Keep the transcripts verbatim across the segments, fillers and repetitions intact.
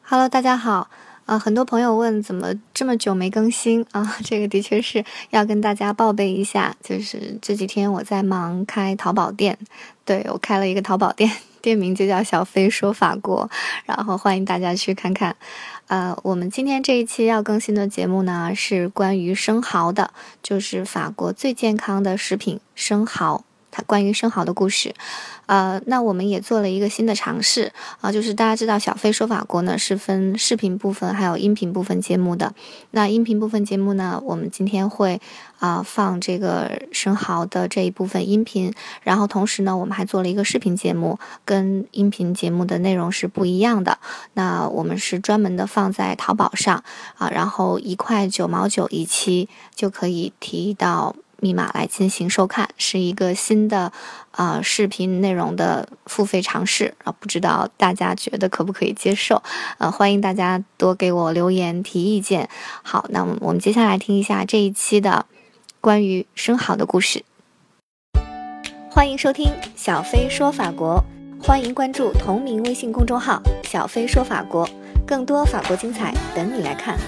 Hello，大家好。呃，很多朋友问怎么这么久没更新啊？这个的确是要跟大家报备一下，就是这几天我在忙开淘宝店，对，我开了一个淘宝店，店名就叫小飞说法国，然后欢迎大家去看看。呃，我们今天这一期要更新的节目呢，是关于生蚝的，就是法国最健康的食品生蚝。它关于生蚝的故事，呃，那我们也做了一个新的尝试啊、呃，就是大家知道小飞说法国呢是分视频部分还有音频部分节目的。那音频部分节目呢，我们今天会啊、呃、放这个生蚝的这一部分音频，然后同时呢，我们还做了一个视频节目，跟音频节目的内容是不一样的。那我们是专门的放在淘宝上啊、呃，然后一块九毛九一期就可以提到密码来进行收看，是一个新的呃视频内容的付费尝试啊，不知道大家觉得可不可以接受？呃，欢迎大家多给我留言提意见。好，那我们接下来听一下这一期的关于生蚝的故事。欢迎收听小飞说法国，欢迎关注同名微信公众号小飞说法国，更多法国精彩等你来看。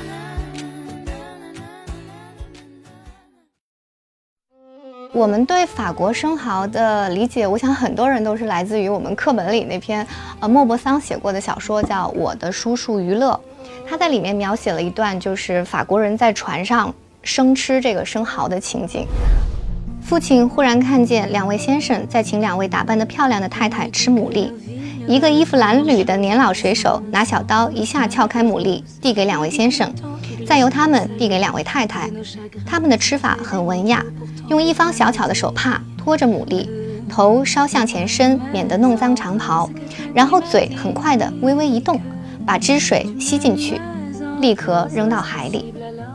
我们对法国生蚝的理解，我想很多人都是来自于我们课本里那篇呃莫泊桑写过的小说，叫《我的叔叔于勒》。他在里面描写了一段就是法国人在船上生吃这个生蚝的情景。父亲忽然看见两位先生在请两位打扮得漂亮的太太吃牡蛎，一个衣服褴褛的年老水手拿小刀一下撬开牡蛎，递给两位先生，再由他们递给两位太太。他们的吃法很文雅，用一方小巧的手帕托着牡蛎，头稍向前伸，免得弄脏长袍，然后嘴很快地微微一动，把汁水吸进去，立刻扔到海里。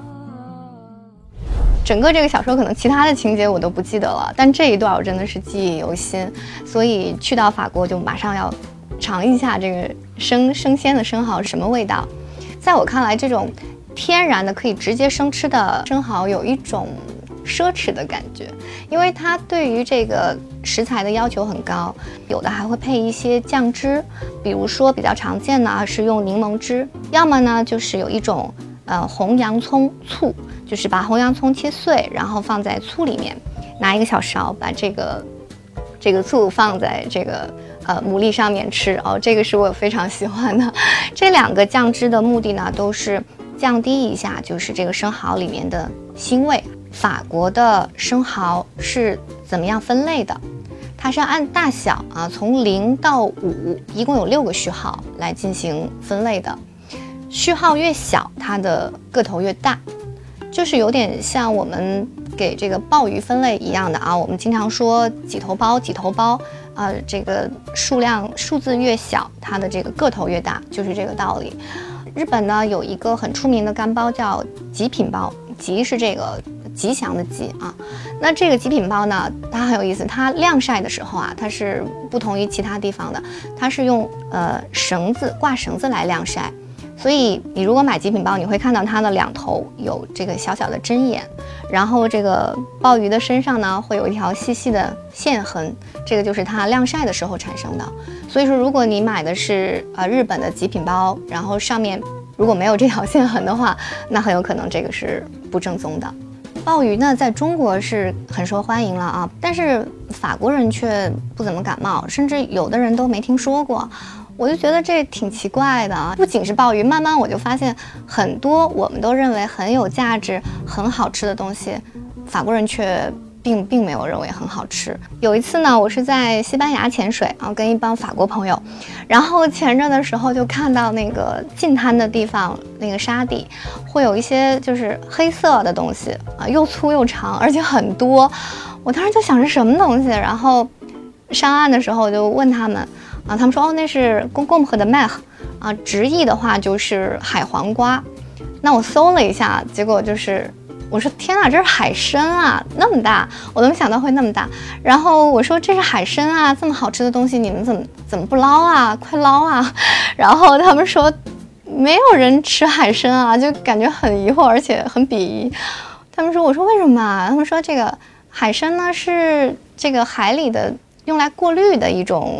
整个这个小说可能其他的情节我都不记得了，但这一段我真的是记忆犹新，所以去到法国就马上要尝一下这个生生鲜的生蚝是什么味道。在我看来，这种天然的可以直接生吃的生蚝有一种奢侈的感觉，因为它对于这个食材的要求很高，有的还会配一些酱汁，比如说比较常见的是用柠檬汁，要么呢就是有一种呃红洋葱醋，就是把红洋葱切碎，然后放在醋里面，拿一个小勺把这个这个醋放在这个呃牡蛎上面吃哦，这个是我非常喜欢的。这两个酱汁的目的呢，都是降低一下就是这个生蚝里面的腥味。法国的生蚝是怎么样分类的？它是按大小啊，从零到五，一共有六个序号来进行分类的。序号越小，它的个头越大，就是有点像我们给这个鲍鱼分类一样的啊。我们经常说几头鲍，几头鲍啊、呃，这个数量数字越小，它的这个个头越大，就是这个道理。日本呢有一个很出名的干鲍叫极品鲍，极是这个吉祥的吉啊。那这个极品鲍呢，它很有意思，它晾晒的时候啊，它是不同于其他地方的，它是用呃绳子挂绳子来晾晒。所以你如果买极品鲍，你会看到它的两头有这个小小的针眼，然后这个鲍鱼的身上呢会有一条细细的线痕，这个就是它晾晒的时候产生的。所以说如果你买的是呃日本的极品鲍，然后上面如果没有这条线痕的话，那很有可能这个是不正宗的。鲍鱼呢在中国是很受欢迎了啊，但是法国人却不怎么感冒，甚至有的人都没听说过。我就觉得这挺奇怪的啊！不仅是鲍鱼，慢慢我就发现很多我们都认为很有价值、很好吃的东西，法国人却并并没有认为很好吃。有一次呢，我是在西班牙潜水啊，跟一帮法国朋友，然后潜着的时候就看到那个近滩的地方，那个沙底会有一些就是黑色的东西啊，又粗又长，而且很多。我当时就想是什么东西，然后上岸的时候就问他们。啊，他们说哦，那是公公和的麦啊，直译的话就是海黄瓜。那我搜了一下，结果就是我说天哪，这是海参啊，那么大，我都没想到会那么大。然后我说这是海参啊，这么好吃的东西，你们怎么怎么不捞啊？快捞啊！然后他们说没有人吃海参啊，就感觉很疑惑，而且很鄙夷。他们说，我说为什么啊？他们说这个海参呢是这个海里的用来过滤的一种。一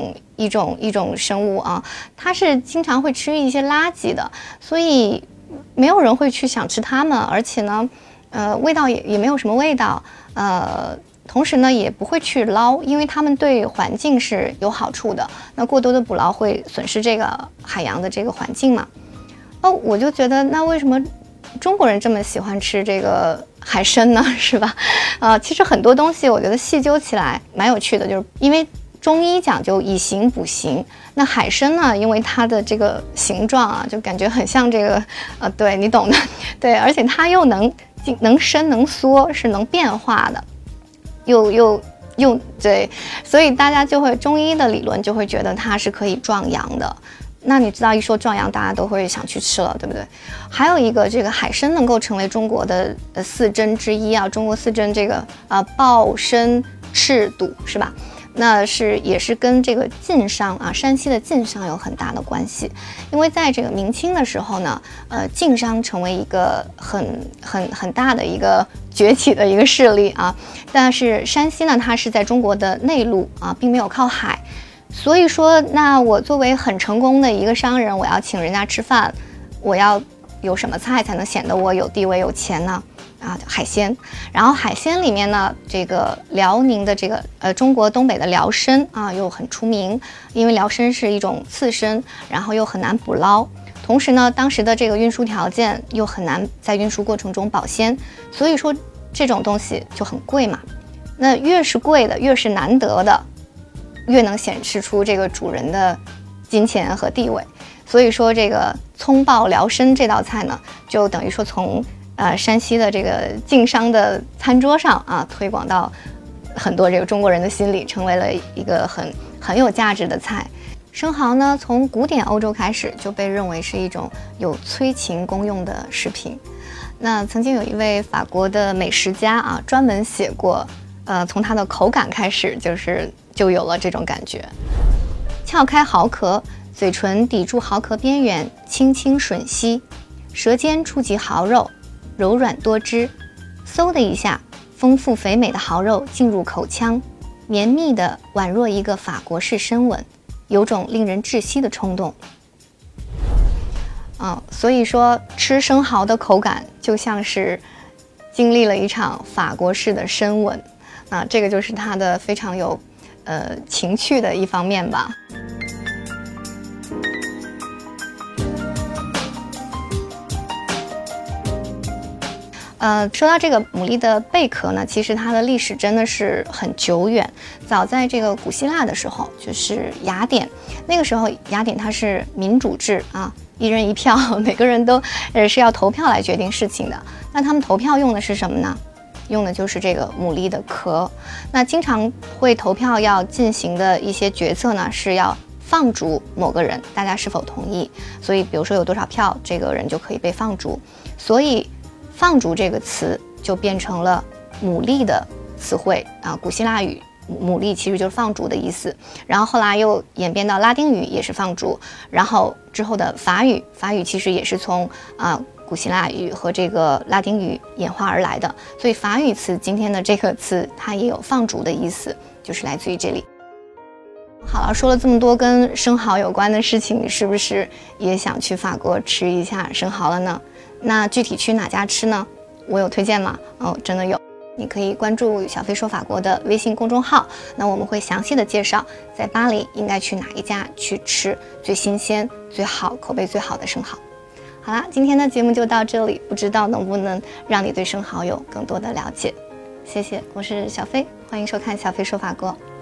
一种一种生物啊，它是经常会吃一些垃圾的，所以没有人会去想吃它们，而且呢，呃，味道也也没有什么味道，呃。同时呢，也不会去捞，因为它们对环境是有好处的。那过多的捕捞会损失这个海洋的这个环境嘛？哦，我就觉得，那为什么中国人这么喜欢吃这个海参呢？是吧？呃，其实很多东西我觉得细究起来蛮有趣的，就是因为中医讲究以形补形，那海参呢，因为它的这个形状啊，就感觉很像这个，呃，对你懂的，对，而且它又能能伸能缩，是能变化的。又又又对，所以大家就会中医的理论就会觉得它是可以壮阳的。那你知道一说壮阳，大家都会想去吃了，对不对？还有一个，这个海参能够成为中国的呃四珍之一啊，中国四珍这个啊、呃、鲍参赤肚是吧？那是也是跟这个晋商啊，山西的晋商有很大的关系，因为在这个明清的时候呢，呃，晋商成为一个很很很大的一个崛起的一个势力啊，但是山西呢，它是在中国的内陆啊，并没有靠海，所以说，那我作为很成功的一个商人，我要请人家吃饭，我要有什么菜才能显得我有地位有钱呢？啊，海鲜，然后海鲜里面呢，这个辽宁的这个呃中国东北的辽参啊又很出名，因为辽参是一种刺参，然后又很难捕捞，同时呢，当时的这个运输条件又很难在运输过程中保鲜，所以说这种东西就很贵嘛。那越是贵的，越是难得的，越能显示出这个主人的金钱和地位。所以说这个葱爆辽参这道菜呢，就等于说从呃，山西的这个晋商的餐桌上啊，推广到很多这个中国人的心里，成为了一个很很有价值的菜。生蚝呢，从古典欧洲开始就被认为是一种有催情功用的食品。那曾经有一位法国的美食家啊，专门写过，呃，从它的口感开始，就是就有了这种感觉。撬开蚝壳，嘴唇抵住蚝壳边缘，轻轻吮吸，舌尖触及蚝肉。柔软多汁，嗖的一下，丰富肥美的蚝肉进入口腔，绵密的宛若一个法国式深吻，有种令人窒息的冲动。啊、哦，所以说吃生蚝的口感就像是经历了一场法国式的深吻，啊，这个就是它的非常有呃情趣的一方面吧。呃，说到这个牡蛎的贝壳呢，其实它的历史真的是很久远。早在这个古希腊的时候，就是雅典，那个时候雅典它是民主制啊，一人一票，每个人都呃是要投票来决定事情的。那他们投票用的是什么呢？用的就是这个牡蛎的壳。那经常会投票要进行的一些决策呢，是要放逐某个人，大家是否同意？所以，比如说有多少票，这个人就可以被放逐。所以放逐这个词就变成了牡蛎的词汇啊，古希腊语牡蛎其实就是放逐的意思，然后后来又演变到拉丁语也是放逐，然后之后的法语，法语其实也是从啊古希腊语和这个拉丁语演化而来的，所以法语词今天的这个词它也有放逐的意思，就是来自于这里。好了，说了这么多跟生蚝有关的事情，你是不是也想去法国吃一下生蚝了呢？那具体去哪家吃呢？我有推荐吗？哦，真的有。你可以关注小飞说法国的微信公众号，那我们会详细的介绍在巴黎应该去哪一家去吃最新鲜、最好、口碑最好的生蚝。好啦，今天的节目就到这里，不知道能不能让你对生蚝有更多的了解。谢谢，我是小飞，欢迎收看小飞说法国。